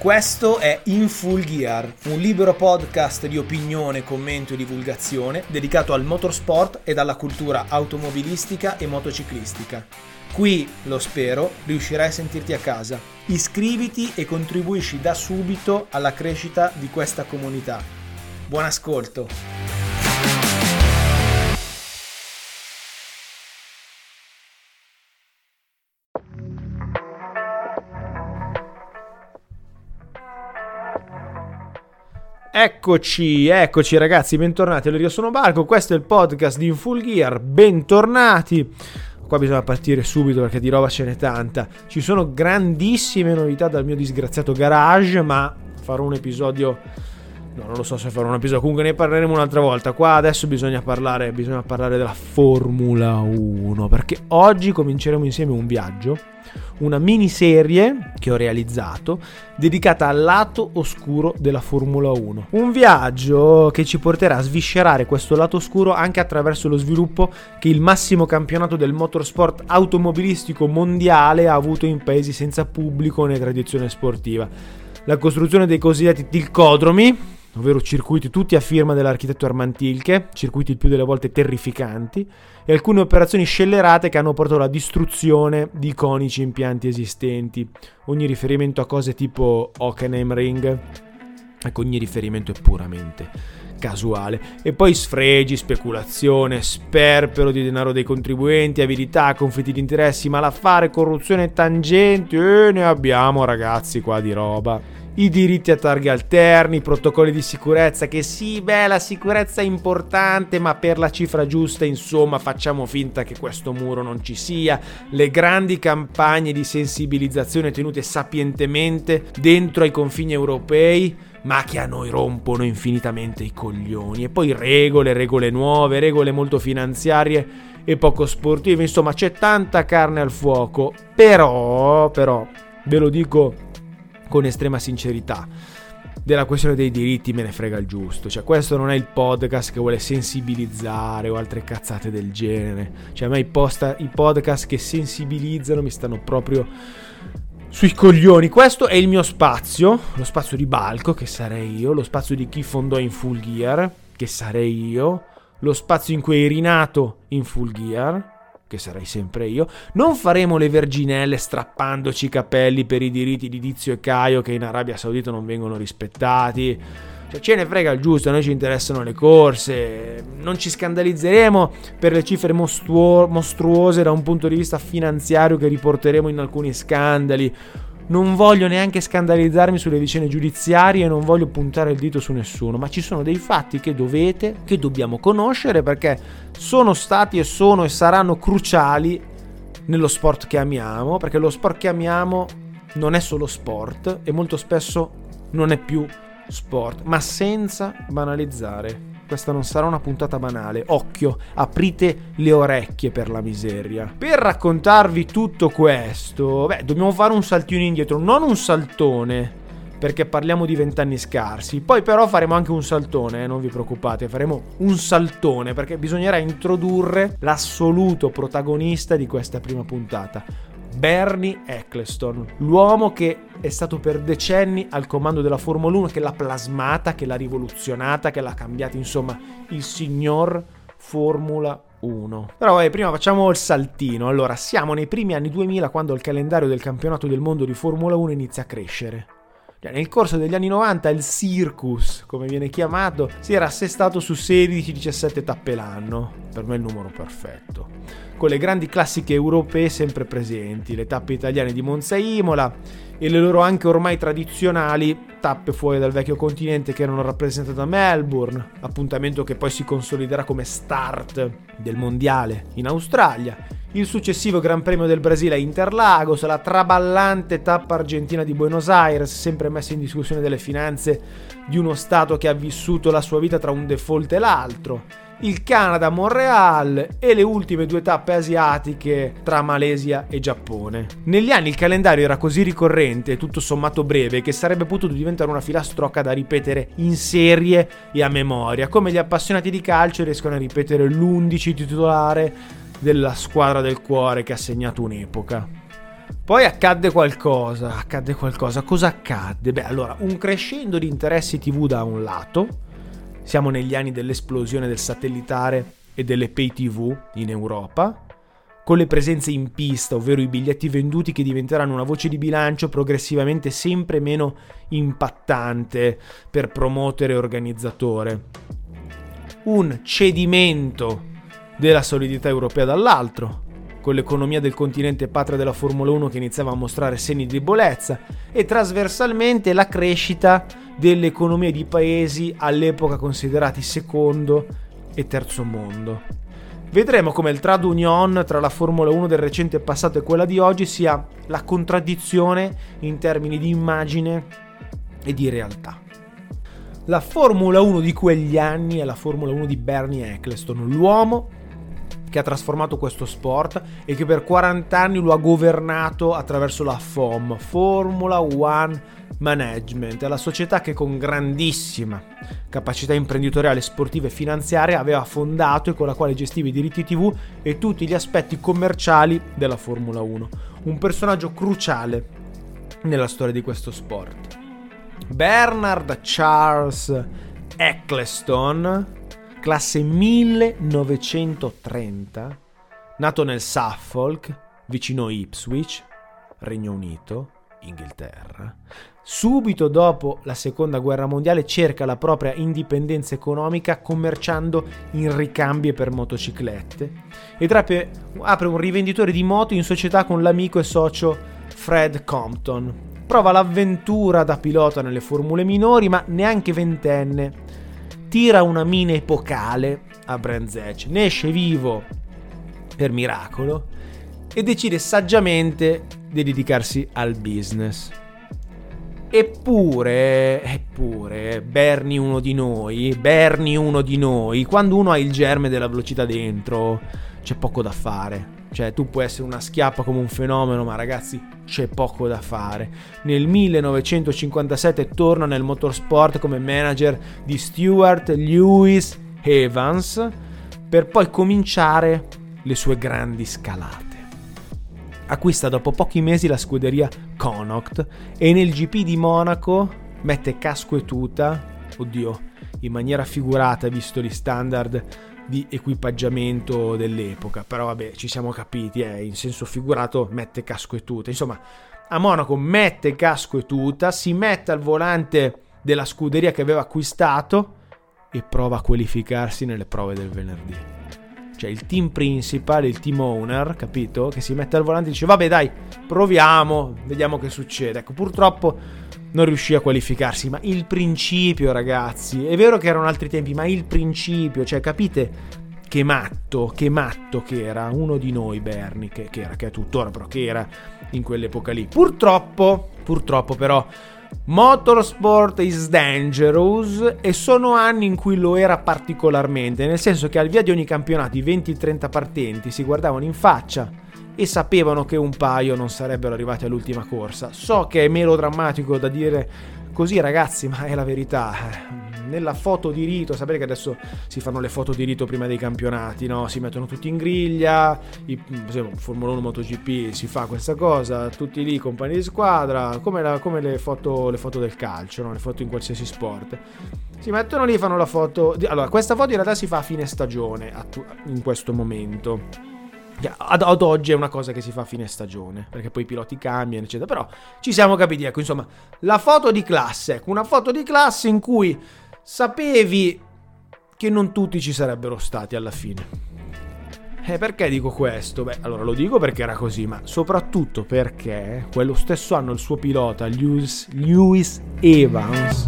Questo è In Full Gear, un libero podcast di opinione, commento e divulgazione dedicato al motorsport ed alla cultura automobilistica e motociclistica. Qui, lo spero, riuscirai a sentirti a casa. Iscriviti e contribuisci da subito alla crescita di questa comunità. Buon ascolto! Eccoci ragazzi, bentornati. Allora, io sono Marco, questo è il podcast di In Full Gear, bentornati. Qua bisogna partire subito perché di roba ce n'è tanta. Ci sono grandissime novità dal mio disgraziato garage, ma farò un episodio... No, non lo so se farò un episodio, comunque ne parleremo un'altra volta. Qua adesso bisogna parlare della Formula 1, perché oggi cominceremo insieme un viaggio, una miniserie che ho realizzato dedicata al lato oscuro della Formula 1. Un viaggio che ci porterà a sviscerare questo lato oscuro anche attraverso lo sviluppo che il massimo campionato del motorsport automobilistico mondiale ha avuto in paesi senza pubblico né tradizione sportiva. La costruzione dei cosiddetti tilcodromi, ovvero circuiti tutti a firma dell'architetto Hermann Tilke, circuiti il più delle volte terrificanti, e alcune operazioni scellerate che hanno portato alla distruzione di iconici impianti esistenti. Ogni riferimento a cose tipo Hockenheimring, ecco, ogni riferimento è puramente casuale. E poi sfregi, speculazione, sperpero di denaro dei contribuenti, avidità, conflitti di interessi, malaffare, corruzione, tangenti, e ne abbiamo ragazzi qua di roba. I diritti a targhe alterni, i protocolli di sicurezza, che sì, la sicurezza è importante, ma per la cifra giusta, insomma, facciamo finta che questo muro non ci sia. Le grandi campagne di sensibilizzazione tenute sapientemente dentro ai confini europei, ma che a noi rompono infinitamente i coglioni. E poi regole nuove, regole molto finanziarie e poco sportive. Insomma, c'è tanta carne al fuoco. Però, ve lo dico con estrema sincerità, della questione dei diritti me ne frega il giusto. Cioè, questo non è il podcast che vuole sensibilizzare o altre cazzate del genere. Cioè, a me i podcast che sensibilizzano mi stanno proprio sui coglioni. Questo è il mio spazio, lo spazio di Balco, che sarei io, lo spazio di chi fondò In Full Gear, che sarei io, lo spazio in cui è rinato In Full Gear, che sarei sempre io. Non faremo le verginelle strappandoci i capelli per i diritti di Tizio e Caio che in Arabia Saudita non vengono rispettati. Cioè, ce ne frega il giusto, a noi ci interessano le corse. Non ci scandalizzeremo per le cifre mostruose da un punto di vista finanziario che riporteremo in alcuni scandali. Non voglio neanche scandalizzarmi sulle vicende giudiziarie e non voglio puntare il dito su nessuno, ma ci sono dei fatti che dobbiamo conoscere, perché sono stati e sono e saranno cruciali nello sport che amiamo, perché lo sport che amiamo non è solo sport e molto spesso non è più sport, ma senza banalizzare. Questa non sarà una puntata banale, occhio, aprite le orecchie per la miseria. Per raccontarvi tutto questo, dobbiamo fare un saltino indietro, non un saltone, perché parliamo di 20 anni scarsi. Poi però faremo anche un saltone, non vi preoccupate, faremo un saltone, perché bisognerà introdurre l'assoluto protagonista di questa prima puntata, Bernie Ecclestone, l'uomo che è stato per decenni al comando della Formula 1, che l'ha plasmata, che l'ha rivoluzionata, che l'ha cambiata, insomma, il signor Formula 1. Però prima facciamo il saltino. Allora, siamo nei primi anni 2000, quando il calendario del campionato del mondo di Formula 1 inizia a crescere. Nel corso degli anni 90 il circus, come viene chiamato, si era assestato su 16-17 tappe l'anno. Per me è il numero perfetto. Con le grandi classiche europee sempre presenti, le tappe italiane di Monza e Imola e le loro anche ormai tradizionali tappe fuori dal vecchio continente che erano rappresentate da Melbourne, appuntamento che poi si consoliderà come start del mondiale in Australia, il successivo Gran Premio del Brasile a Interlagos, la traballante tappa argentina di Buenos Aires, sempre messa in discussione dalle finanze di uno stato che ha vissuto la sua vita tra un default e l'altro, il Canada a Montreal e le ultime due tappe asiatiche tra Malesia e Giappone. Negli anni il calendario era così ricorrente e tutto sommato breve che sarebbe potuto diventare una filastrocca da ripetere in serie e a memoria, come gli appassionati di calcio riescono a ripetere l'11 titolare della squadra del cuore che ha segnato un'epoca. Poi accadde qualcosa. Cosa accadde? Beh, allora, un crescendo di interessi TV da un lato, siamo negli anni dell'esplosione del satellitare e delle pay TV in Europa, con le presenze in pista, ovvero i biglietti venduti che diventeranno una voce di bilancio progressivamente sempre meno impattante per promotere e organizzatore. Un cedimento della solidità europea dall'altro, con l'economia del continente patria della Formula 1 che iniziava a mostrare segni di debolezza, e trasversalmente la crescita delle economie di paesi all'epoca considerati secondo e terzo mondo. Vedremo come il trade union tra la Formula 1 del recente passato e quella di oggi sia la contraddizione in termini di immagine e di realtà. La Formula 1 di quegli anni è la Formula 1 di Bernie Ecclestone, l'uomo che ha trasformato questo sport e che per 40 anni lo ha governato attraverso la FOM, Formula One Management, la società che con grandissima capacità imprenditoriale, sportiva e finanziaria aveva fondato e con la quale gestiva i diritti TV e tutti gli aspetti commerciali della Formula 1. Un personaggio cruciale nella storia di questo sport. Bernard Charles Ecclestone, classe 1930, nato nel Suffolk, vicino Ipswich, Regno Unito, Inghilterra. Subito dopo la seconda guerra mondiale cerca la propria indipendenza economica commerciando in ricambie per motociclette ed apre un rivenditore di moto in società con l'amico e socio Fred Compton. Prova l'avventura da pilota nelle formule minori, ma neanche ventenne tira una mina epocale a Brands Hatch, ne esce vivo per miracolo e decide saggiamente di dedicarsi al business. Eppure, Bernie uno di noi, quando uno ha il germe della velocità dentro, c'è poco da fare. Cioè, tu puoi essere una schiappa come un fenomeno, ma ragazzi, c'è poco da fare. Nel 1957 torna nel motorsport come manager di Stuart Lewis Evans, per poi cominciare le sue grandi scalate. Acquista dopo pochi mesi la scuderia Connaught e nel GP di Monaco mette casco e tuta, in maniera figurata visto gli standard di equipaggiamento dell'epoca, però vabbè, ci siamo capiti, in senso figurato mette casco e tuta. Insomma, a Monaco mette casco e tuta, si mette al volante della scuderia che aveva acquistato e prova a qualificarsi nelle prove del venerdì. Cioè il team principale, il team owner, capito? Che si mette al volante e dice vabbè dai, proviamo, vediamo che succede. Ecco, purtroppo non riuscì a qualificarsi, ma il principio, ragazzi, è vero che erano altri tempi, ma il principio, cioè capite che matto che era uno di noi, Bernie, che è tuttora, però che era in quell'epoca lì. Purtroppo però Motorsport is dangerous, e sono anni in cui lo era particolarmente, nel senso che al via di ogni campionato i 20-30 partenti si guardavano in faccia e sapevano che un paio non sarebbero arrivati all'ultima corsa. So che è melodrammatico da dire così, ragazzi, ma è la verità. Nella foto di rito, sapete che adesso si fanno le foto di rito prima dei campionati, no? Si mettono tutti in griglia, Formula 1 MotoGP si fa questa cosa, tutti lì compagni di squadra, come le foto del calcio, no? Le foto in qualsiasi sport. Si mettono lì, fanno la foto. Allora, questa foto in realtà si fa a fine stagione, in questo momento. Ad oggi è una cosa che si fa a fine stagione, perché poi i piloti cambiano, eccetera. Però ci siamo capiti, ecco, insomma, la foto di classe, ecco, una foto di classe in cui sapevi che non tutti ci sarebbero stati alla fine. Perché dico questo? Beh, allora lo dico perché era così, ma soprattutto perché quello stesso anno il suo pilota Lewis Evans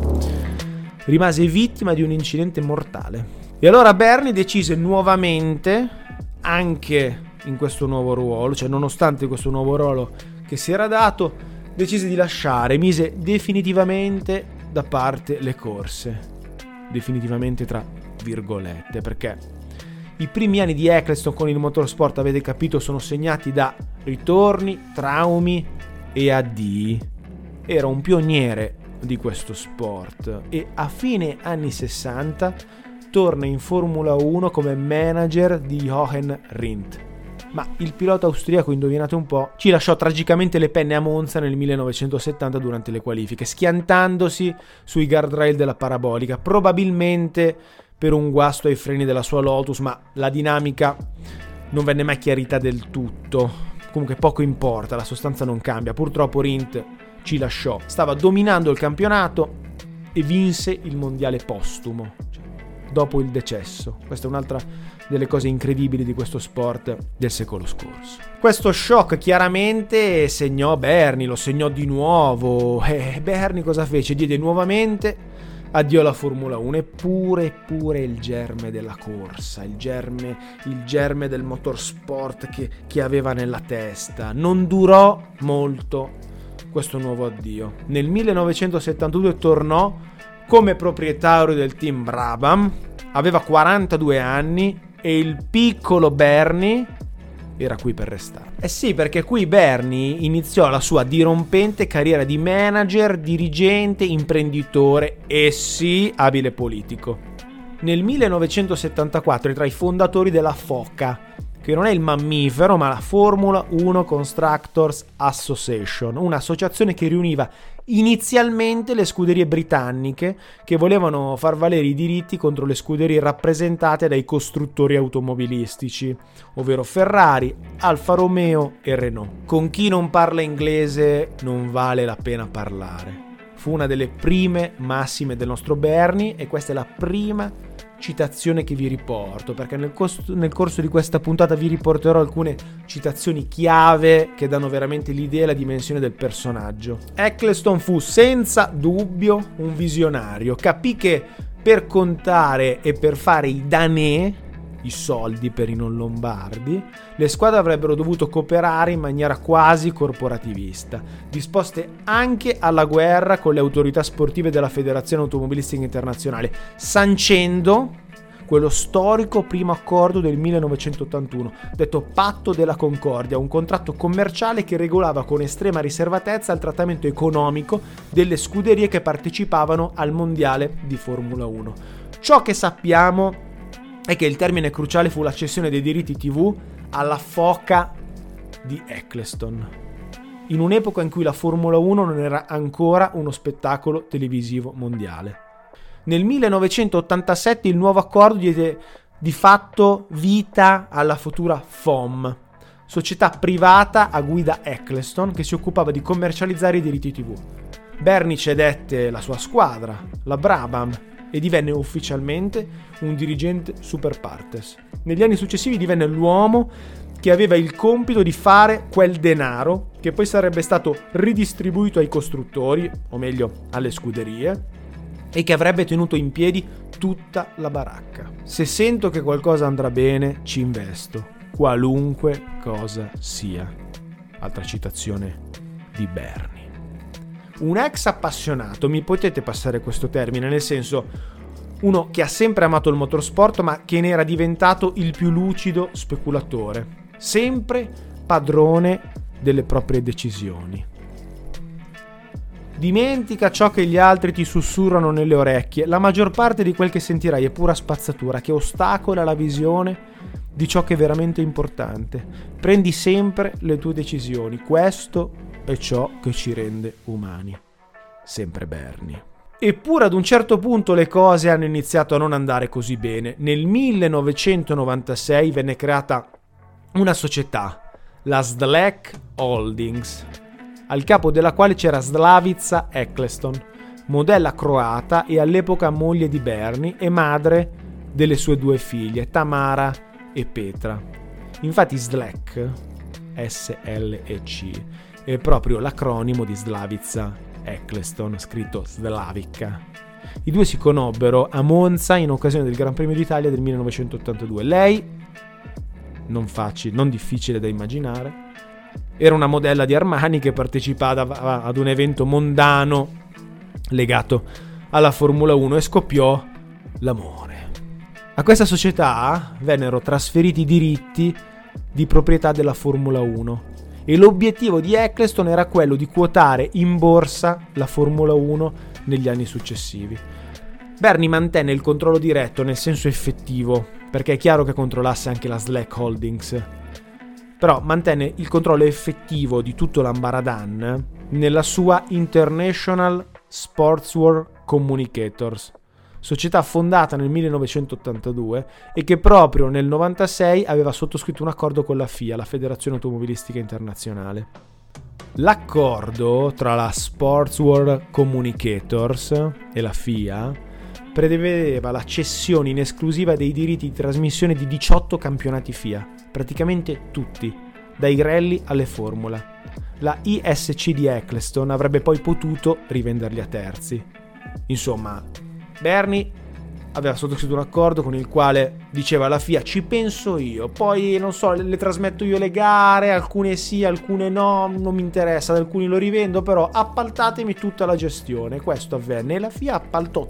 rimase vittima di un incidente mortale. E allora Bernie decise nuovamente, anche in questo nuovo ruolo, cioè nonostante questo nuovo ruolo che si era dato, decise di lasciare, mise definitivamente da parte le corse. Definitivamente tra virgolette, perché i primi anni di Ecclestone con il motorsport, avete capito, sono segnati da ritorni, traumi e addii. Era un pioniere di questo sport e a fine anni 60 torna in Formula 1 come manager di Jochen Rindt. ma il pilota austriaco, indovinate un po', ci lasciò tragicamente le penne a Monza nel 1970 durante le qualifiche, schiantandosi sui guardrail della parabolica, probabilmente per un guasto ai freni della sua Lotus, ma la dinamica non venne mai chiarita del tutto. Comunque poco importa, la sostanza non cambia. Purtroppo Rindt ci lasciò. Stava dominando il campionato e vinse il mondiale postumo, cioè, dopo il decesso. Questa è un'altra delle cose incredibili di questo sport del secolo scorso. Questo shock chiaramente segnò Bernie, lo segnò di nuovo. Bernie cosa fece? Diede nuovamente addio alla Formula 1, eppure il germe della corsa, il germe del motorsport che aveva nella testa. Non durò molto questo nuovo addio. Nel 1972 tornò come proprietario del team Brabham, aveva 42 anni e il piccolo Bernie era qui per restare. Sì, perché qui Bernie iniziò la sua dirompente carriera di manager, dirigente, imprenditore e sì, abile politico. Nel 1974 è tra i fondatori della FOCA, che non è il mammifero, ma la Formula 1 Constructors Association, un'associazione che riuniva inizialmente le scuderie britanniche che volevano far valere i diritti contro le scuderie rappresentate dai costruttori automobilistici, ovvero Ferrari, Alfa Romeo e Renault. Con chi non parla inglese non vale la pena parlare. Fu una delle prime massime del nostro Bernie e questa è la prima citazione che vi riporto, perché nel corso di questa puntata vi riporterò alcune citazioni chiave che danno veramente l'idea e la dimensione del personaggio. Eccleston fu senza dubbio un visionario, capì che per contare e per fare i danè, i soldi per i non lombardi, le squadre avrebbero dovuto cooperare in maniera quasi corporativista, disposte anche alla guerra con le autorità sportive della Federazione Automobilistica Internazionale, sancendo quello storico primo accordo del 1981, detto Patto della Concordia, un contratto commerciale che regolava con estrema riservatezza il trattamento economico delle scuderie che partecipavano al mondiale di Formula 1. Ciò che sappiamo è che il termine cruciale fu la cessione dei diritti TV alla FOCA di Eccleston, in un'epoca in cui la Formula 1 non era ancora uno spettacolo televisivo mondiale. Nel 1987 il nuovo accordo diede di fatto vita alla futura FOM, società privata a guida Eccleston che si occupava di commercializzare i diritti TV. Bernie cedette la sua squadra, la Brabham, e divenne ufficialmente un dirigente super partes. Negli anni successivi divenne l'uomo che aveva il compito di fare quel denaro che poi sarebbe stato ridistribuito ai costruttori, o meglio alle scuderie, e che avrebbe tenuto in piedi tutta la baracca. Se sento che qualcosa andrà bene, ci investo, qualunque cosa sia. Altra citazione di Bernie. Un ex appassionato, mi potete passare questo termine, nel senso uno che ha sempre amato il motorsport ma che ne era diventato il più lucido speculatore, sempre padrone delle proprie decisioni. Dimentica ciò che gli altri ti sussurrano nelle orecchie, la maggior parte di quel che sentirai è pura spazzatura che ostacola la visione di ciò che è veramente importante. Prendi sempre le tue decisioni, questo è ciò che ci rende umani. Sempre Bernie. Eppure ad un certo punto le cose hanno iniziato a non andare così bene. Nel 1996 venne creata una società, la Sdlec Holdings, al capo della quale c'era Slavica Eccleston, modella croata e all'epoca moglie di Bernie e madre delle sue due figlie, Tamara e Petra. Infatti Sdlec, S-L-E-C, è proprio l'acronimo di Slavica Eccleston, scritto Slavica. I due si conobbero a Monza in occasione del Gran Premio d'Italia del 1982. Lei, non difficile da immaginare, era una modella di Armani che partecipava ad un evento mondano legato alla Formula 1 e scoppiò l'amore. A questa società vennero trasferiti i diritti di proprietà della Formula 1 e l'obiettivo di Eccleston era quello di quotare in borsa la Formula 1 negli anni successivi. Bernie mantenne il controllo diretto nel senso effettivo, perché è chiaro che controllasse anche la Sdlec Holdings. però mantenne il controllo effettivo di tutto l'ambaradan nella sua International Sportswear Communicators, società fondata nel 1982 e che proprio nel 96 aveva sottoscritto un accordo con la FIA, la Federazione Automobilistica Internazionale. L'accordo tra la Sportswear Communicators e la FIA prevedeva la cessione in esclusiva dei diritti di trasmissione di 18 campionati FIA, praticamente tutti, dai rally alle Formula. La ISC di Eccleston avrebbe poi potuto rivenderli a terzi. Insomma, Bernie aveva sottoscritto un accordo con il quale diceva alla FIA: ci penso io, poi non so, le trasmetto io le gare, alcune sì, alcune no, non mi interessa, ad alcuni lo rivendo, però appaltatemi tutta la gestione. Questo avvenne e la FIA appaltò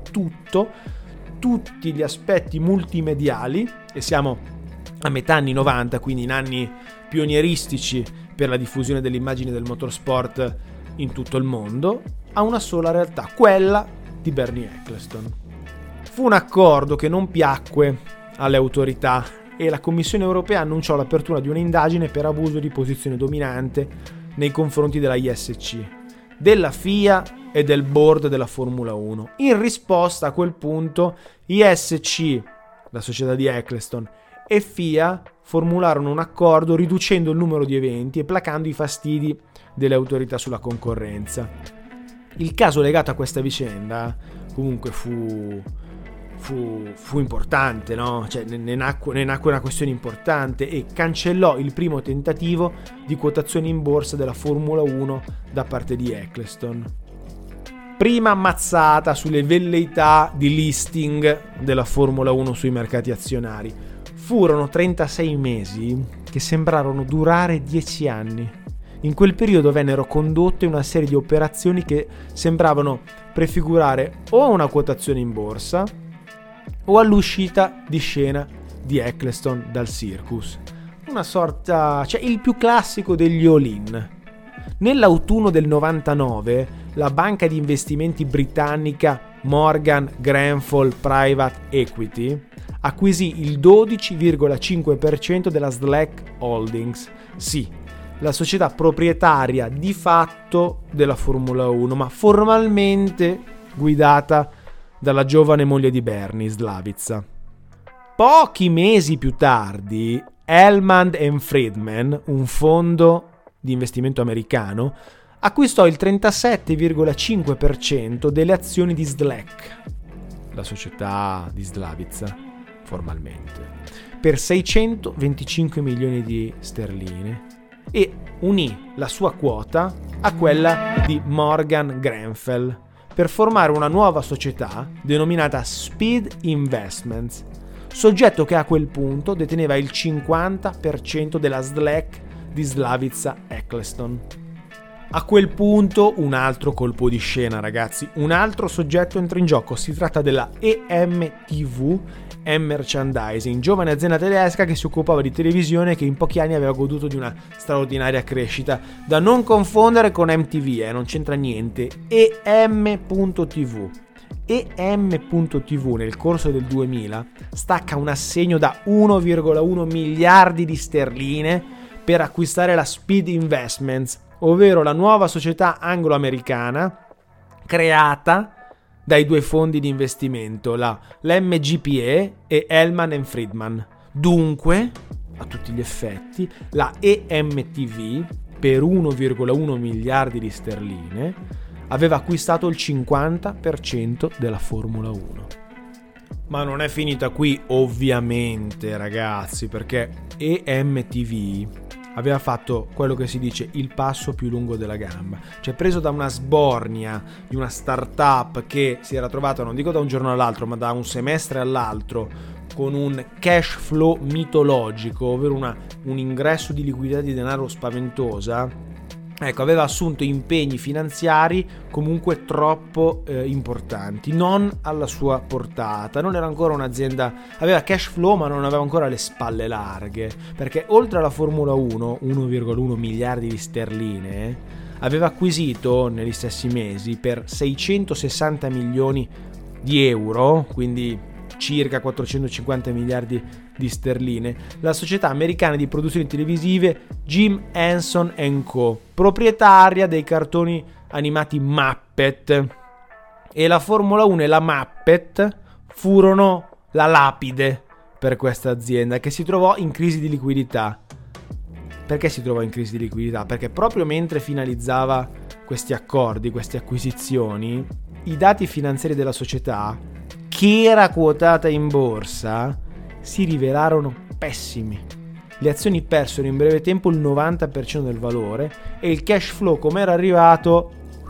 tutti gli aspetti multimediali, e siamo a metà anni 90, quindi in anni pionieristici per la diffusione delle immagini del motorsport in tutto il mondo, a una sola realtà, quella di Bernie Eccleston. Fu un accordo che non piacque alle autorità e la Commissione europea annunciò l'apertura di un'indagine per abuso di posizione dominante nei confronti della ISC, della FIA e del board della Formula 1. In risposta, a quel punto, ISC, la società di Eccleston, e FIA formularono un accordo riducendo il numero di eventi e placando i fastidi delle autorità sulla concorrenza. Il caso legato a questa vicenda comunque fu importante, no? Cioè, ne nacque una questione importante e cancellò il primo tentativo di quotazione in borsa della Formula 1 da parte di Eccleston. Prima mazzata sulle velleità di listing della Formula 1 sui mercati azionari. Furono 36 mesi che sembrarono durare 10 anni. In quel periodo vennero condotte una serie di operazioni che sembravano prefigurare o una quotazione in borsa o all'uscita di scena di Eccleston dal circus. Una sorta, cioè il più classico degli all-in. Nell'autunno del 99 la banca di investimenti britannica Morgan Grenfell Private Equity acquisì il 12,5% della Slack Holdings, sì, la società proprietaria di fatto della Formula 1, ma formalmente guidata dalla giovane moglie di Bernie, Slavica. Pochi mesi più tardi, Hellman & Friedman, un fondo di investimento americano, acquistò il 37,5% delle azioni di Slack, la società di Slavica, formalmente, per 625 milioni di sterline e unì la sua quota a quella di Morgan Grenfell per formare una nuova società denominata Speed Investments, soggetto che a quel punto deteneva il 50% della Slack di Slavica Eccleston. A quel punto un altro colpo di scena, ragazzi, un altro soggetto entra in gioco, si tratta della EMTV Merchandising, giovane azienda tedesca che si occupava di televisione e che in pochi anni aveva goduto di una straordinaria crescita, da non confondere con MTV, non c'entra niente. EM.TV nel corso del 2000 stacca un assegno da 1,1 miliardi di sterline per acquistare la Speed Investments, ovvero la nuova società anglo-americana creata dai due fondi di investimento, l'MGPE e Hellman & Friedman. Dunque, a tutti gli effetti, la EMTV, per 1,1 miliardi di sterline, aveva acquistato il 50% della Formula 1. Ma non è finita qui, ovviamente, ragazzi, perché EMTV aveva fatto quello che si dice il passo più lungo della gamba, cioè preso da una sbornia di una startup che si era trovata, non dico da un giorno all'altro, ma da un semestre all'altro, con un cash flow mitologico, ovvero un ingresso di liquidità di denaro spaventosa. Ecco, aveva assunto impegni finanziari comunque troppo importanti, non alla sua portata. Non era ancora un'azienda, aveva cash flow ma non aveva ancora le spalle larghe, perché oltre alla Formula 1, 1,1 miliardi di sterline, aveva acquisito negli stessi mesi per 660 milioni di euro, quindi circa 450 miliardi di sterline, la società americana di produzioni televisive Jim Henson & Co., proprietaria dei cartoni animati Muppet. E la Formula 1 e la Muppet furono la lapide per questa azienda, che si trovò in crisi di liquidità. Perché si trovò in crisi di liquidità? Perché proprio mentre finalizzava questi accordi, queste acquisizioni, i dati finanziari della società, che era quotata in borsa, si rivelarono pessimi. Le azioni persero in breve tempo il 90% del valore e il cash flow, come era arrivato,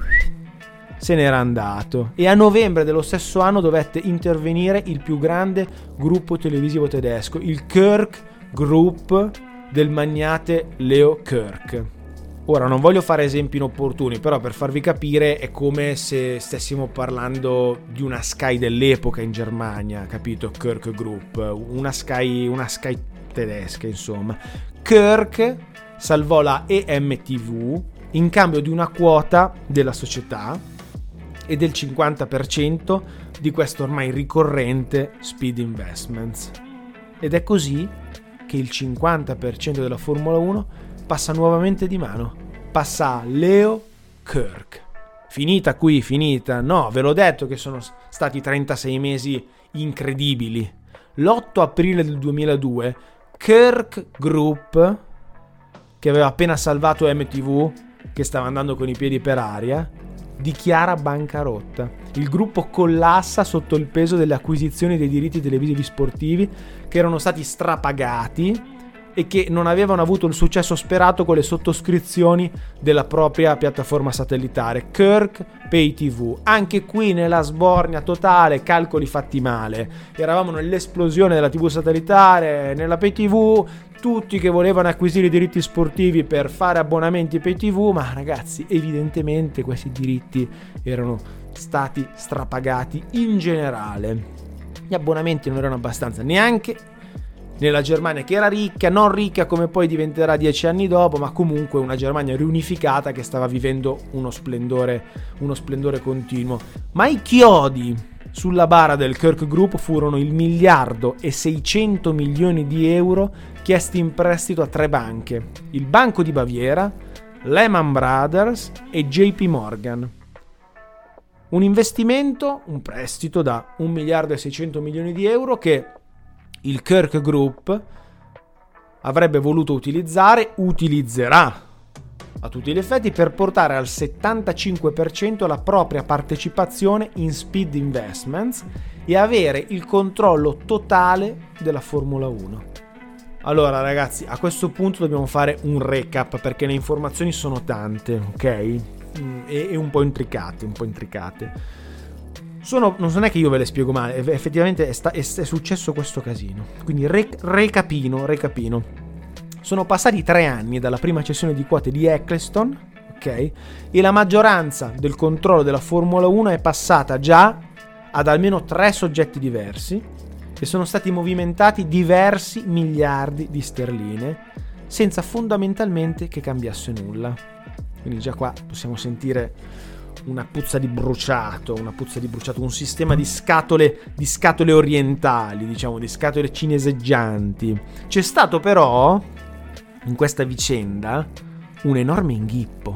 se n'era andato. E a novembre dello stesso anno dovette intervenire il più grande gruppo televisivo tedesco, il Kirk Group del magnate Leo Kirk. Ora, non voglio fare esempi inopportuni, però per farvi capire è come se stessimo parlando di una Sky dell'epoca in Germania, capito? Kirk Group, una Sky tedesca, insomma. Kirk salvò la EMTV in cambio di una quota della società e del 50% di questo ormai ricorrente Speed Investments. Ed è così che il 50% della Formula 1 passa nuovamente di mano. Passa a Leo Kirk. Finita qui, finita. No, ve l'ho detto che sono stati 36 mesi incredibili. L'8 aprile del 2002 Kirk Group, che aveva appena salvato MTV, che stava andando con i piedi per aria, dichiara bancarotta. Il gruppo collassa sotto il peso delle acquisizioni dei diritti televisivi sportivi che erano stati strapagati e che non avevano avuto il successo sperato con le sottoscrizioni della propria piattaforma satellitare Kirk Pay TV. Anche qui nella sbornia totale, calcoli fatti male. Eravamo nell'esplosione della TV satellitare, nella Pay TV, tutti che volevano acquisire i diritti sportivi per fare abbonamenti Pay TV, ma ragazzi, evidentemente questi diritti erano stati strapagati in generale. Gli abbonamenti non erano abbastanza neanche nella Germania, che era ricca, non ricca come poi diventerà 10 anni dopo, ma comunque una Germania riunificata che stava vivendo uno splendore continuo. Ma i chiodi sulla bara del Kirk Group furono il 1.600 milioni di euro chiesti in prestito a 3 banche: il Banco di Baviera, Lehman Brothers e JP Morgan. Un investimento, un prestito da 1.600 milioni di euro che il Kirk Group avrebbe voluto utilizzerà a tutti gli effetti per portare al 75% la propria partecipazione in Speed Investments e avere il controllo totale della Formula 1. Allora ragazzi, a questo punto dobbiamo fare un recap perché le informazioni sono tante, ok? E un po' intricate. Non è che io ve le spiego male, effettivamente è successo questo casino. Quindi recapino. Sono passati 3 anni dalla prima cessione di quote di Eccleston, ok? E la maggioranza del controllo della Formula 1 è passata già ad almeno 3 soggetti diversi e sono stati movimentati diversi miliardi di sterline senza fondamentalmente che cambiasse nulla. Quindi già qua possiamo sentire una puzza di bruciato, un sistema di scatole orientali, diciamo, di scatole cineseggianti. C'è stato però in questa vicenda un enorme inghippo.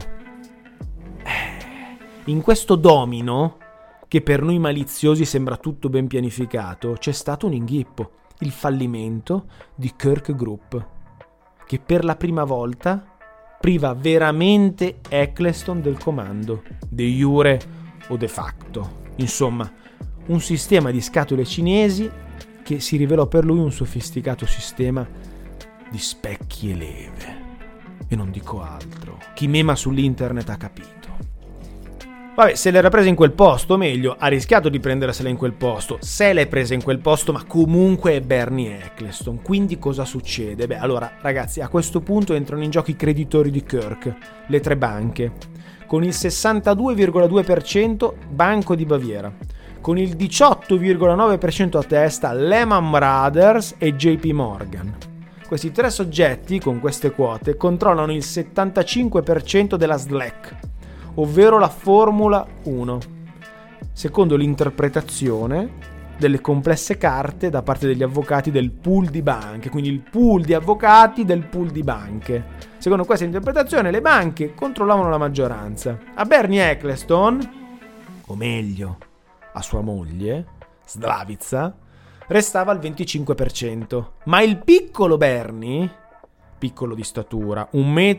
In questo domino, che per noi maliziosi sembra tutto ben pianificato, c'è stato un inghippo: il fallimento di Kirk Group, che per la prima volta priva veramente Eccleston del comando, de jure o de facto. Insomma, un sistema di scatole cinesi che si rivelò per lui un sofisticato sistema di specchi e leve. E non dico altro. Chi mema sull'internet ha capito. Vabbè, se l'era presa in quel posto, o meglio, ha rischiato di prendersela in quel posto. Se l'è presa in quel posto, ma comunque è Bernie Eccleston. Quindi cosa succede? Beh, allora, ragazzi, a questo punto entrano in gioco i creditori di Kirk, le 3 banche. Con il 62,2% Banco di Baviera. Con il 18,9% a testa Lehman Brothers e JP Morgan. Questi 3 soggetti, con queste quote, controllano il 75% della SLEC, ovvero la Formula 1. Secondo l'interpretazione delle complesse carte da parte degli avvocati del pool di banche, quindi il pool di avvocati del pool di banche. Secondo questa interpretazione le banche controllavano la maggioranza. A Bernie Ecclestone, o meglio a sua moglie, Slavica, restava il 25%, ma il piccolo Bernie, piccolo di statura,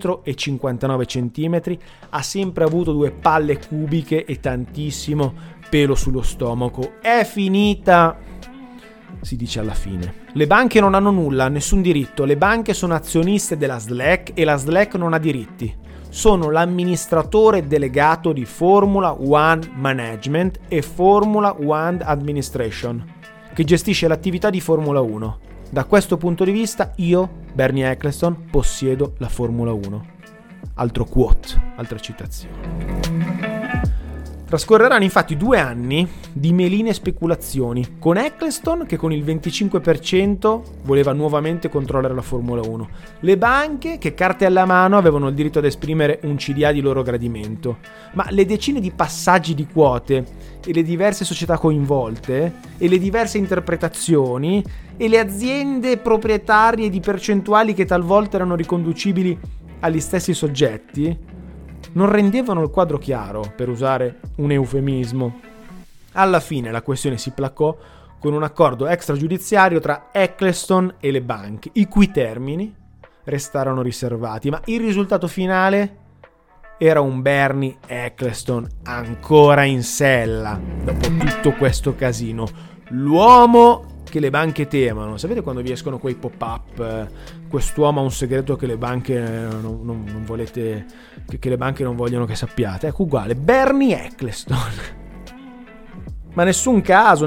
1,59 m, ha sempre avuto 2 palle cubiche e tantissimo pelo sullo stomaco. È finita, si dice alla fine. Le banche non hanno nulla, nessun diritto. Le banche sono azioniste della SLAC e la SLAC non ha diritti. Sono l'amministratore delegato di Formula One Management e Formula One Administration, che gestisce l'attività di Formula 1. Da questo punto di vista io, Bernie Ecclestone, possiedo la Formula 1. Altro quote, altra citazione. Trascorreranno infatti 2 anni di meline speculazioni, con Ecclestone che con il 25% voleva nuovamente controllare la Formula 1, le banche che carte alla mano avevano il diritto ad esprimere un CDA di loro gradimento, ma le decine di passaggi di quote e le diverse società coinvolte e le diverse interpretazioni e le aziende proprietarie di percentuali che talvolta erano riconducibili agli stessi soggetti non rendevano il quadro chiaro, per usare un eufemismo. Alla fine la questione si placò con un accordo extragiudiziario tra Ecclestone e le banche, i cui termini restarono riservati, ma il risultato finale era un Bernie Ecclestone ancora in sella dopo tutto questo casino. L'uomo che le banche temono. Sapete quando vi escono quei pop-up, quest'uomo ha un segreto che le banche non volete, che le banche non vogliono che sappiate? Ecco, uguale, Bernie Ecclestone. Ma nessun caso,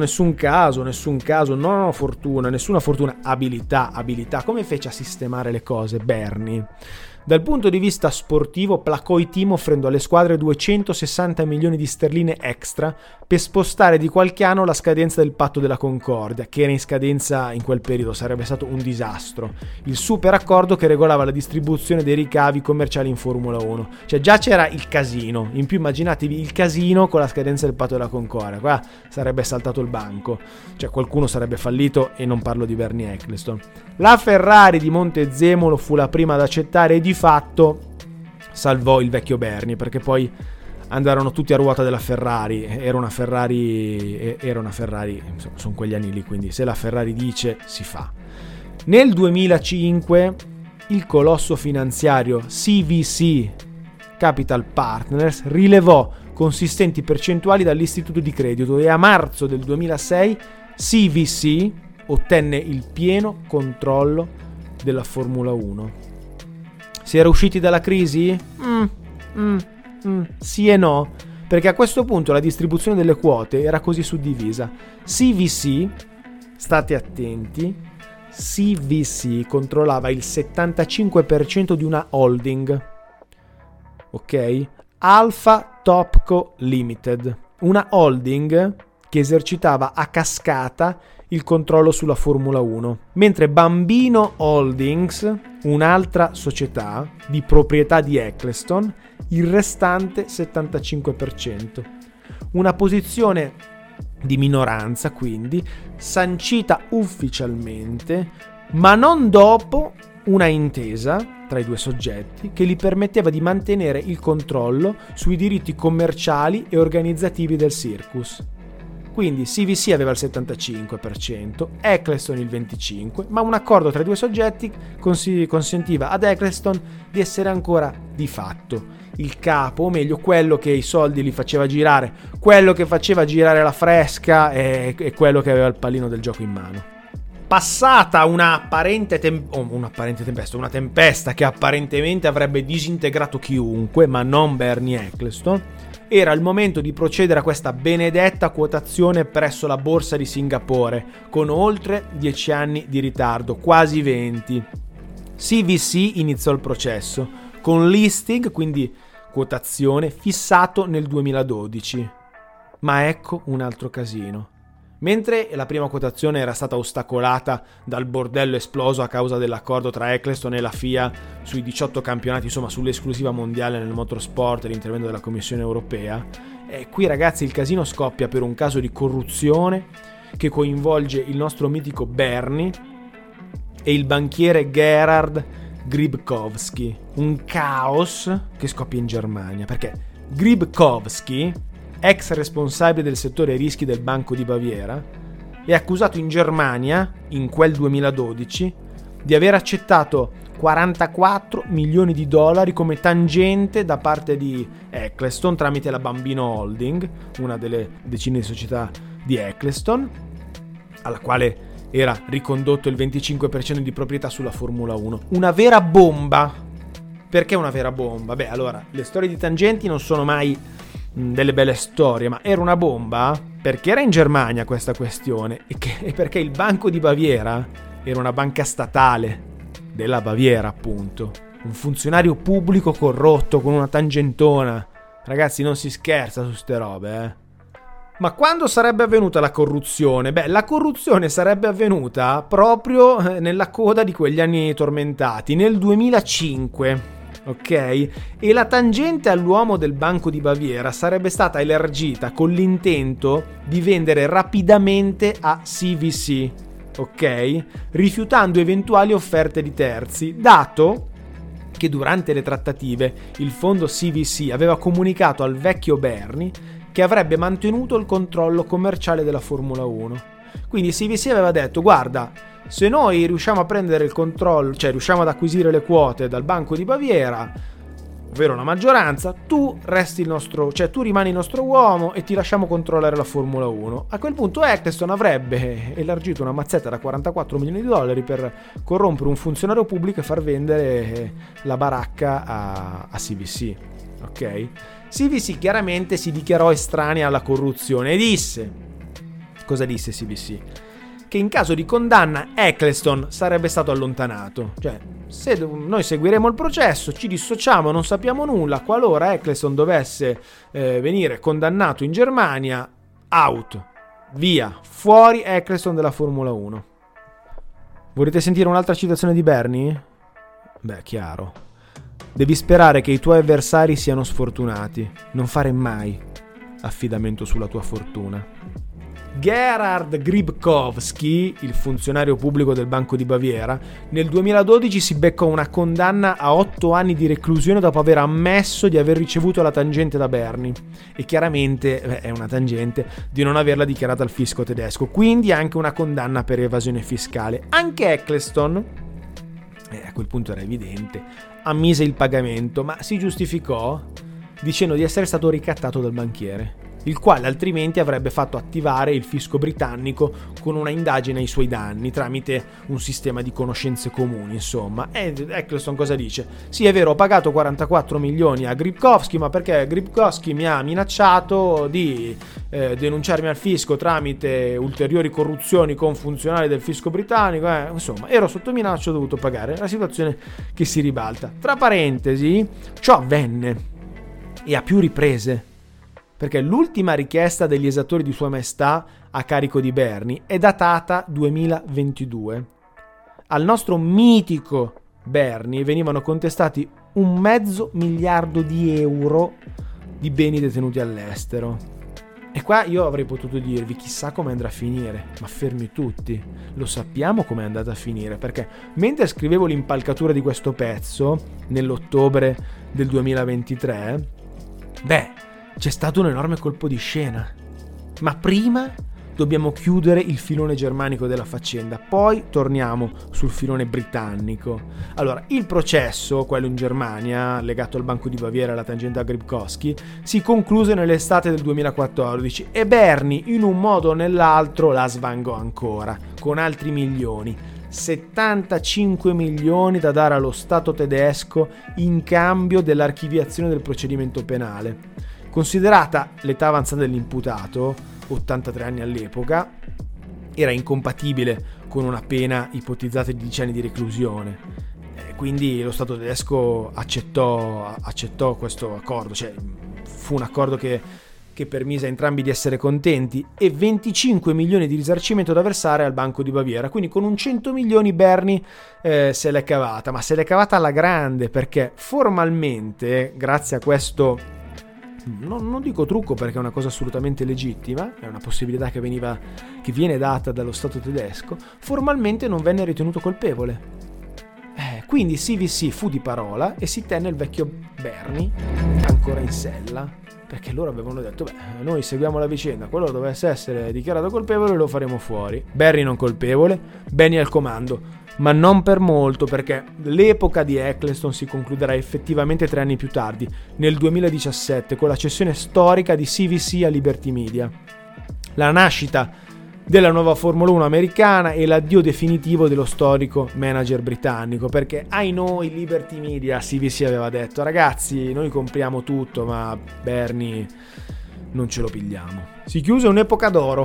no, fortuna, nessuna fortuna, abilità. Come fece a sistemare le cose Bernie? Dal punto di vista sportivo placò i team offrendo alle squadre 260 milioni di sterline extra per spostare di qualche anno la scadenza del patto della Concordia, che era in scadenza in quel periodo, sarebbe stato un disastro. Il super accordo che regolava la distribuzione dei ricavi commerciali in Formula 1. Cioè già c'era il casino, in più immaginatevi il casino con la scadenza del patto della Concordia, qua sarebbe saltato il banco, cioè qualcuno sarebbe fallito e non parlo di Bernie Ecclestone. La Ferrari di Montezemolo fu la prima ad accettare e di fatto salvò il vecchio Bernie, perché poi andarono tutti a ruota della Ferrari, era una Ferrari, insomma, sono quegli anni lì, quindi se la Ferrari dice si fa. Nel 2005 il colosso finanziario CVC Capital Partners rilevò consistenti percentuali dall'istituto di credito e a marzo del 2006 CVC ottenne il pieno controllo della Formula 1. Si era usciti dalla crisi? Sì e no, perché a questo punto la distribuzione delle quote era così suddivisa. CVC, state attenti, CVC controllava il 75% di una holding, ok? Alpha Topco Limited, una holding che esercitava a cascata il controllo sulla Formula 1, mentre Bambino Holdings, un'altra società di proprietà di Ecclestone, il restante 75%. Una posizione di minoranza, quindi, sancita ufficialmente, ma non dopo una intesa tra i due soggetti che gli permetteva di mantenere il controllo sui diritti commerciali e organizzativi del circus. Quindi CVC aveva il 75%, Ecclestone il 25%, ma un accordo tra i due soggetti consentiva ad Ecclestone di essere ancora di fatto il capo, o meglio quello che i soldi li faceva girare, quello che faceva girare la fresca e quello che aveva il pallino del gioco in mano. Passata una tempesta che apparentemente avrebbe disintegrato chiunque, ma non Bernie Ecclestone, era il momento di procedere a questa benedetta quotazione presso la borsa di Singapore, con oltre 10 anni di ritardo, quasi 20. CVC iniziò il processo, con listing, quindi quotazione, fissato nel 2012. Ma ecco un altro casino. Mentre la prima quotazione era stata ostacolata dal bordello esploso a causa dell'accordo tra Ecclestone e la FIA sui 18 campionati, insomma sull'esclusiva mondiale nel motorsport e l'intervento della Commissione Europea, qui ragazzi il casino scoppia per un caso di corruzione che coinvolge il nostro mitico Bernie e il banchiere Gerhard Grybkowski. Un caos che scoppia in Germania, perché Grybkowski, ex responsabile del settore rischi del Banco di Baviera, è accusato in Germania, in quel 2012, di aver accettato 44 milioni di dollari come tangente da parte di Eccleston tramite la Bambino Holding, una delle decine di società di Eccleston, alla quale era ricondotto il 25% di proprietà sulla Formula 1. Una vera bomba. Perché una vera bomba? Beh, allora, le storie di tangenti non sono mai delle belle storie, ma era una bomba perché era in Germania questa questione e perché il Banco di Baviera era una banca statale della Baviera, appunto. Un funzionario pubblico corrotto con una tangentona. Ragazzi, non si scherza su ste robe, eh. Ma quando sarebbe avvenuta la corruzione? Beh, la corruzione sarebbe avvenuta proprio nella coda di quegli anni tormentati, nel 2005, ok? E la tangente all'uomo del Banco di Baviera sarebbe stata elargita con l'intento di vendere rapidamente a CVC, ok? Rifiutando eventuali offerte di terzi, dato che durante le trattative il fondo CVC aveva comunicato al vecchio Bernie che avrebbe mantenuto il controllo commerciale della Formula 1. Quindi CVC aveva detto: guarda, se noi riusciamo a prendere il controllo, cioè riusciamo ad acquisire le quote dal Banco di Baviera, ovvero la maggioranza, tu resti il nostro, cioè tu rimani il nostro uomo e ti lasciamo controllare la Formula 1. A quel punto Eccleston avrebbe elargito una mazzetta da 44 milioni di dollari per corrompere un funzionario pubblico e far vendere la baracca a CVC. Ok? CVC chiaramente si dichiarò estranea alla corruzione e disse: cosa disse CVC? Che in caso di condanna Eccleston sarebbe stato allontanato. Cioè, se noi seguiremo il processo, ci dissociamo, non sappiamo nulla. Qualora Eccleston dovesse venire condannato in Germania, out, via, fuori Eccleston dalla Formula 1. Volete sentire un'altra citazione di Bernie? Beh, chiaro. Devi sperare che i tuoi avversari siano sfortunati, non fare mai affidamento sulla tua fortuna. Gerhard Grybkowski, il funzionario pubblico del Banco di Baviera, nel 2012 si beccò una condanna a 8 anni di reclusione dopo aver ammesso di aver ricevuto la tangente da Bernie e chiaramente è una tangente di non averla dichiarata al fisco tedesco, quindi anche una condanna per evasione fiscale. Anche Eccleston, a quel punto era evidente, ammise il pagamento, ma si giustificò dicendo di essere stato ricattato dal banchiere, il quale altrimenti avrebbe fatto attivare il fisco britannico con una indagine ai suoi danni tramite un sistema di conoscenze comuni, insomma. E Eccleston cosa dice? Sì, è vero, ho pagato 44 milioni a Grybkowski, ma perché Grybkowski mi ha minacciato di denunciarmi al fisco tramite ulteriori corruzioni con funzionari del fisco britannico, insomma, ero sotto minaccia, ho dovuto pagare. La situazione che si ribalta. Tra parentesi, ciò avvenne e a più riprese, perché l'ultima richiesta degli esattori di Sua Maestà a carico di Bernie è datata 2022. Al nostro mitico Bernie venivano contestati 1,5 miliardi di euro di beni detenuti all'estero. E qua io avrei potuto dirvi chissà come andrà a finire, ma fermi tutti, lo sappiamo come è andata a finire, perché mentre scrivevo l'impalcatura di questo pezzo nell'ottobre del 2023, c'è stato un enorme colpo di scena. Ma prima dobbiamo chiudere il filone germanico della faccenda, poi torniamo sul filone britannico. Allora, il processo, quello in Germania, legato al Banco di Baviera e alla tangente a Grybkowski, si concluse nell'estate del 2014 e Bernie, in un modo o nell'altro, la svangò ancora, con altri milioni. 75 milioni da dare allo Stato tedesco in cambio dell'archiviazione del procedimento penale. Considerata l'età avanzata dell'imputato, 83 anni all'epoca, era incompatibile con una pena ipotizzata di 10 anni di reclusione. Quindi lo Stato tedesco accettò questo accordo, cioè fu un accordo che permise a entrambi di essere contenti, e 25 milioni di risarcimento da versare al Banco di Baviera. Quindi con un 100 milioni Bernie se l'è cavata, ma se l'è cavata alla grande, perché formalmente, grazie a questo non dico trucco perché è una cosa assolutamente legittima, è una possibilità che viene data dallo Stato tedesco, formalmente non venne ritenuto colpevole. Quindi CVC fu di parola e si tenne il vecchio Bernie ancora in sella, perché loro avevano detto noi seguiamo la vicenda, quello dovesse essere dichiarato colpevole lo faremo fuori. Bernie non colpevole, Benny al comando, ma non per molto, perché l'epoca di Eccleston si concluderà effettivamente 3 anni più tardi, nel 2017, con la cessione storica di CVC a Liberty Media. La nascita della nuova Formula 1 americana e l'addio definitivo dello storico manager britannico, perché ai noi Liberty Media, CVC aveva detto ragazzi noi compriamo tutto ma Bernie non ce lo pigliamo. Si chiuse un'epoca d'oro,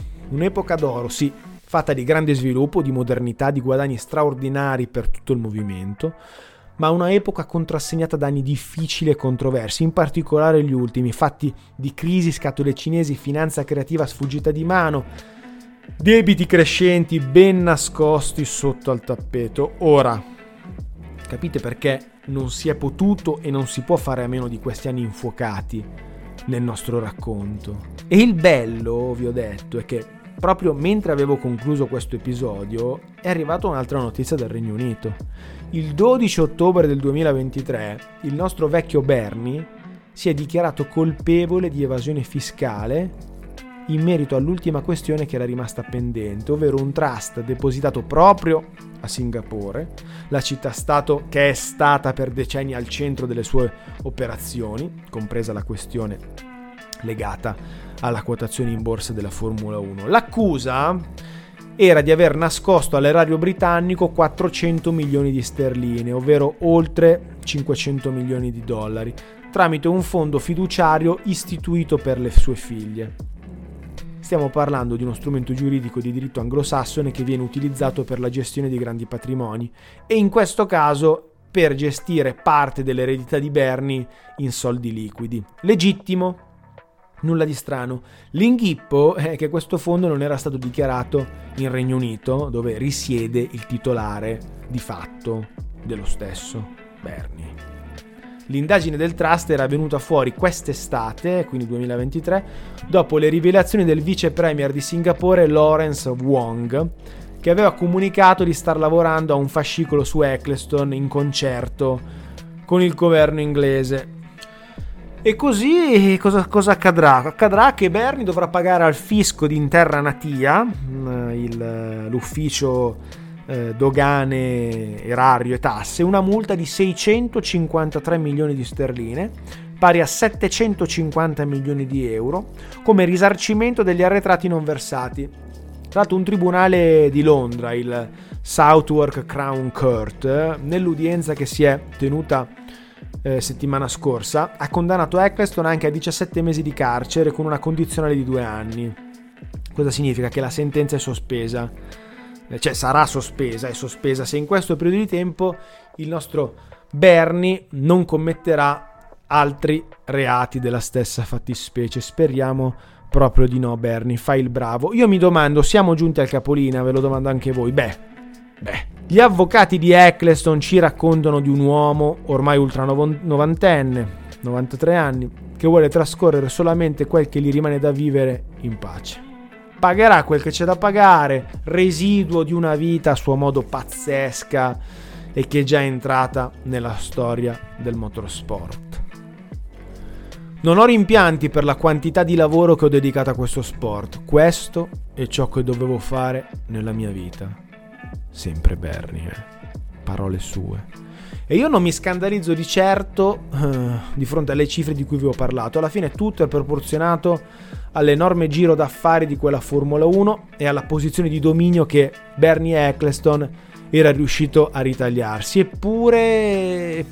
sì, fatta di grande sviluppo, di modernità, di guadagni straordinari per tutto il movimento, ma una epoca contrassegnata da anni difficili e controversi, in particolare gli ultimi, fatti di crisi, scatole cinesi, finanza creativa sfuggita di mano, debiti crescenti ben nascosti sotto al tappeto. Ora, capite perché non si è potuto e non si può fare a meno di questi anni infuocati nel nostro racconto. E il bello, vi ho detto, è che proprio mentre avevo concluso questo episodio è arrivata un'altra notizia dal Regno Unito. Il 12 ottobre del 2023 il nostro vecchio Bernie si è dichiarato colpevole di evasione fiscale in merito all'ultima questione che era rimasta pendente, ovvero un trust depositato proprio a Singapore, la città-stato che è stata per decenni al centro delle sue operazioni, compresa la questione legata alla quotazione in borsa della Formula 1. L'accusa era di aver nascosto all'erario britannico 400 milioni di sterline, ovvero oltre 500 milioni di dollari, tramite un fondo fiduciario istituito per le sue figlie. Stiamo parlando di uno strumento giuridico di diritto anglosassone che viene utilizzato per la gestione di grandi patrimoni e in questo caso per gestire parte dell'eredità di Bernie in soldi liquidi. Legittimo, nulla di strano. L'inghippo è che questo fondo non era stato dichiarato in Regno Unito, dove risiede il titolare di fatto dello stesso Bernie. L'indagine del trust era venuta fuori quest'estate, quindi 2023, dopo le rivelazioni del vice premier di Singapore Lawrence Wong, che aveva comunicato di star lavorando a un fascicolo su Eccleston in concerto con il governo inglese. E così cosa accadrà? Accadrà che Bernie dovrà pagare al fisco di Terra Natia, l'ufficio dogane, erario e tasse, una multa di 653 milioni di sterline, pari a 750 milioni di euro, come risarcimento degli arretrati non versati. Tra l'altro un tribunale di Londra, il Southwark Crown Court, nell'udienza che si è tenuta settimana scorsa, ha condannato Eccleston anche a 17 mesi di carcere con una condizionale di 2 anni. Cosa significa? Che la sentenza è sospesa. Cioè sarà sospesa, è sospesa se in questo periodo di tempo il nostro Bernie non commetterà altri reati della stessa fattispecie. Speriamo proprio di no, Bernie, fai il bravo. Io mi domando, siamo giunti al capolinea, ve lo domando anche voi. Gli avvocati di Eccleston ci raccontano di un uomo ormai ultra novantenne, 93 anni, che vuole trascorrere solamente quel che gli rimane da vivere in pace. Pagherà quel che c'è da pagare, residuo di una vita a suo modo pazzesca e che è già entrata nella storia del motorsport. Non ho rimpianti per la quantità di lavoro che ho dedicato a questo sport. Questo è ciò che dovevo fare nella mia vita. Sempre Bernie, parole sue. E io non mi scandalizzo di certo di fronte alle cifre di cui vi ho parlato. Alla fine tutto è proporzionato all'enorme giro d'affari di quella Formula 1 e alla posizione di dominio che Bernie Eccleston era riuscito a ritagliarsi. Eppure,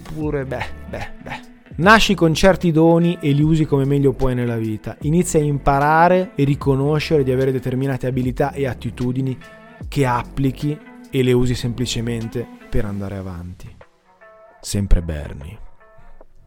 nasci con certi doni e li usi come meglio puoi nella vita. Inizia a imparare e riconoscere di avere determinate abilità e attitudini che applichi e le usi semplicemente per andare avanti. Sempre Bernie.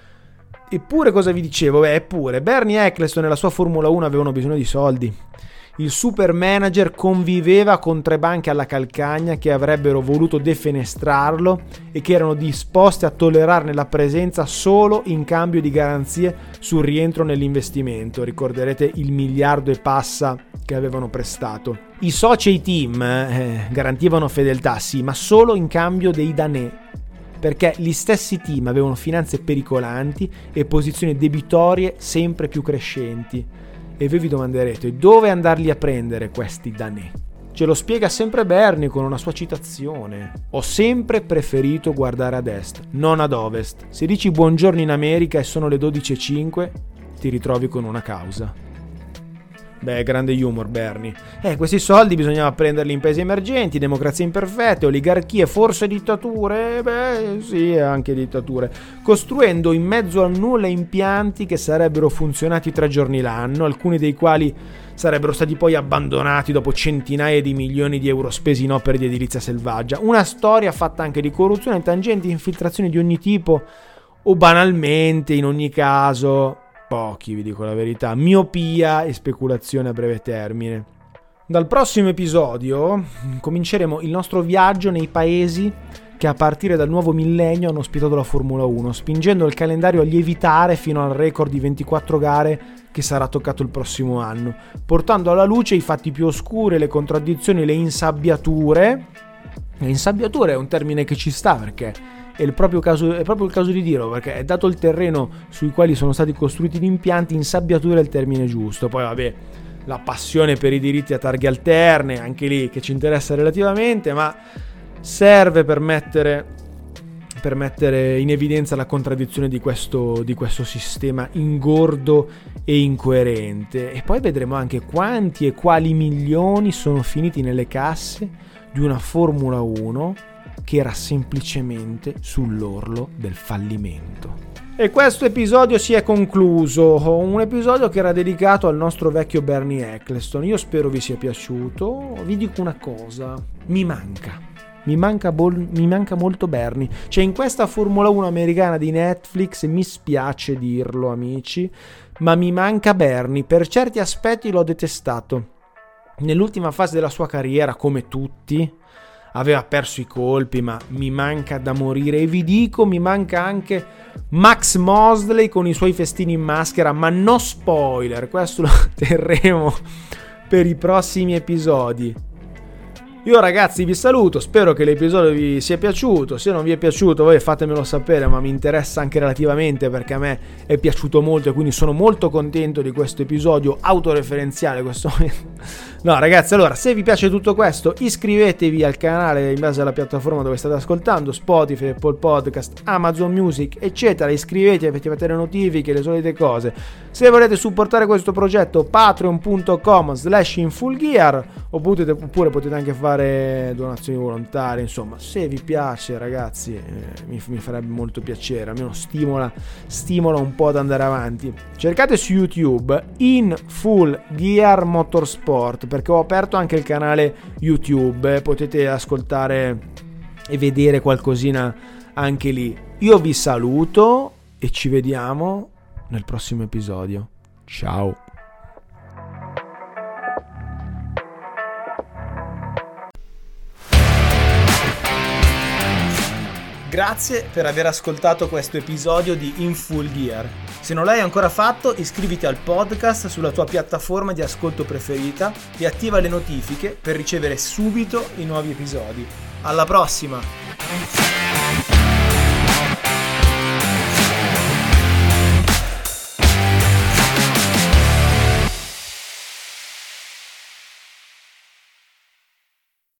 Eppure cosa vi dicevo? Eppure Bernie Eccleston e la sua Formula 1 avevano bisogno di soldi. Il super manager conviveva con 3 banche alla calcagna che avrebbero voluto defenestrarlo e che erano disposte a tollerarne la presenza solo in cambio di garanzie sul rientro nell'investimento. Ricorderete il miliardo e passa che avevano prestato. I soci e i team garantivano fedeltà, sì, ma solo in cambio dei danè, perché gli stessi team avevano finanze pericolanti e posizioni debitorie sempre più crescenti. E voi vi domanderete dove andarli a prendere questi danè? Ce lo spiega sempre Bernie con una sua citazione: ho sempre preferito guardare ad est, non ad ovest. Se dici buongiorno in America e sono le 12:05, ti ritrovi con una causa. Beh, grande humor Bernie. Questi soldi bisognava prenderli in paesi emergenti, democrazie imperfette, oligarchie, forse dittature, sì, anche dittature, costruendo in mezzo al nulla impianti che sarebbero funzionati 3 giorni l'anno, alcuni dei quali sarebbero stati poi abbandonati dopo centinaia di milioni di euro spesi in opere di edilizia selvaggia. Una storia fatta anche di corruzione, tangenti, infiltrazioni di ogni tipo, o banalmente, in ogni caso, pochi, vi dico la verità, miopia e speculazione a breve termine. Dal prossimo episodio cominceremo il nostro viaggio nei paesi che a partire dal nuovo millennio hanno ospitato la Formula 1, spingendo il calendario a lievitare fino al record di 24 gare che sarà toccato il prossimo anno, portando alla luce i fatti più oscuri, le contraddizioni, le insabbiature. Insabbiature è un termine che ci sta, perché è proprio il caso di dirlo, perché è dato il terreno sui quali sono stati costruiti gli impianti, insabbiatura è il termine giusto. Poi vabbè, la passione per i diritti a targhe alterne, anche lì che ci interessa relativamente, ma serve per mettere in evidenza la contraddizione di questo sistema ingordo e incoerente. E poi vedremo anche quanti e quali milioni sono finiti nelle casse di una Formula 1 che era semplicemente sull'orlo del fallimento. E questo episodio si è concluso, un episodio che era dedicato al nostro vecchio Bernie Ecclestone. Io spero vi sia piaciuto. Vi dico una cosa, mi manca molto Bernie. Cioè, in questa Formula 1 americana di Netflix, mi spiace dirlo amici, ma mi manca Bernie. Per certi aspetti l'ho detestato. Nell'ultima fase della sua carriera, come tutti, aveva perso i colpi, ma mi manca da morire. E vi dico, mi manca anche Max Mosley con i suoi festini in maschera, ma no spoiler, questo lo terremo per i prossimi episodi. Io ragazzi vi saluto, spero che l'episodio vi sia piaciuto. Se non vi è piaciuto voi fatemelo sapere, ma mi interessa anche relativamente, perché a me è piaciuto molto e quindi sono molto contento di questo episodio autoreferenziale. No ragazzi, allora, se vi piace tutto questo, iscrivetevi al canale in base alla piattaforma dove state ascoltando, Spotify, Apple Podcast, Amazon Music eccetera. Iscrivetevi per attivare le notifiche, le solite cose. Se volete supportare questo progetto, patreon.com/infullgear, oppure potete anche fare donazioni volontarie. Insomma, se vi piace ragazzi, mi farebbe molto piacere, almeno stimola un po' ad andare avanti. Cercate su YouTube In Full Gear Motorsport, perché ho aperto anche il canale YouTube, potete ascoltare e vedere qualcosina anche lì. Io vi saluto e ci vediamo nel prossimo episodio. Ciao. Grazie per aver ascoltato questo episodio di In Full Gear. Se non l'hai ancora fatto, iscriviti al podcast sulla tua piattaforma di ascolto preferita e attiva le notifiche per ricevere subito i nuovi episodi. Alla prossima!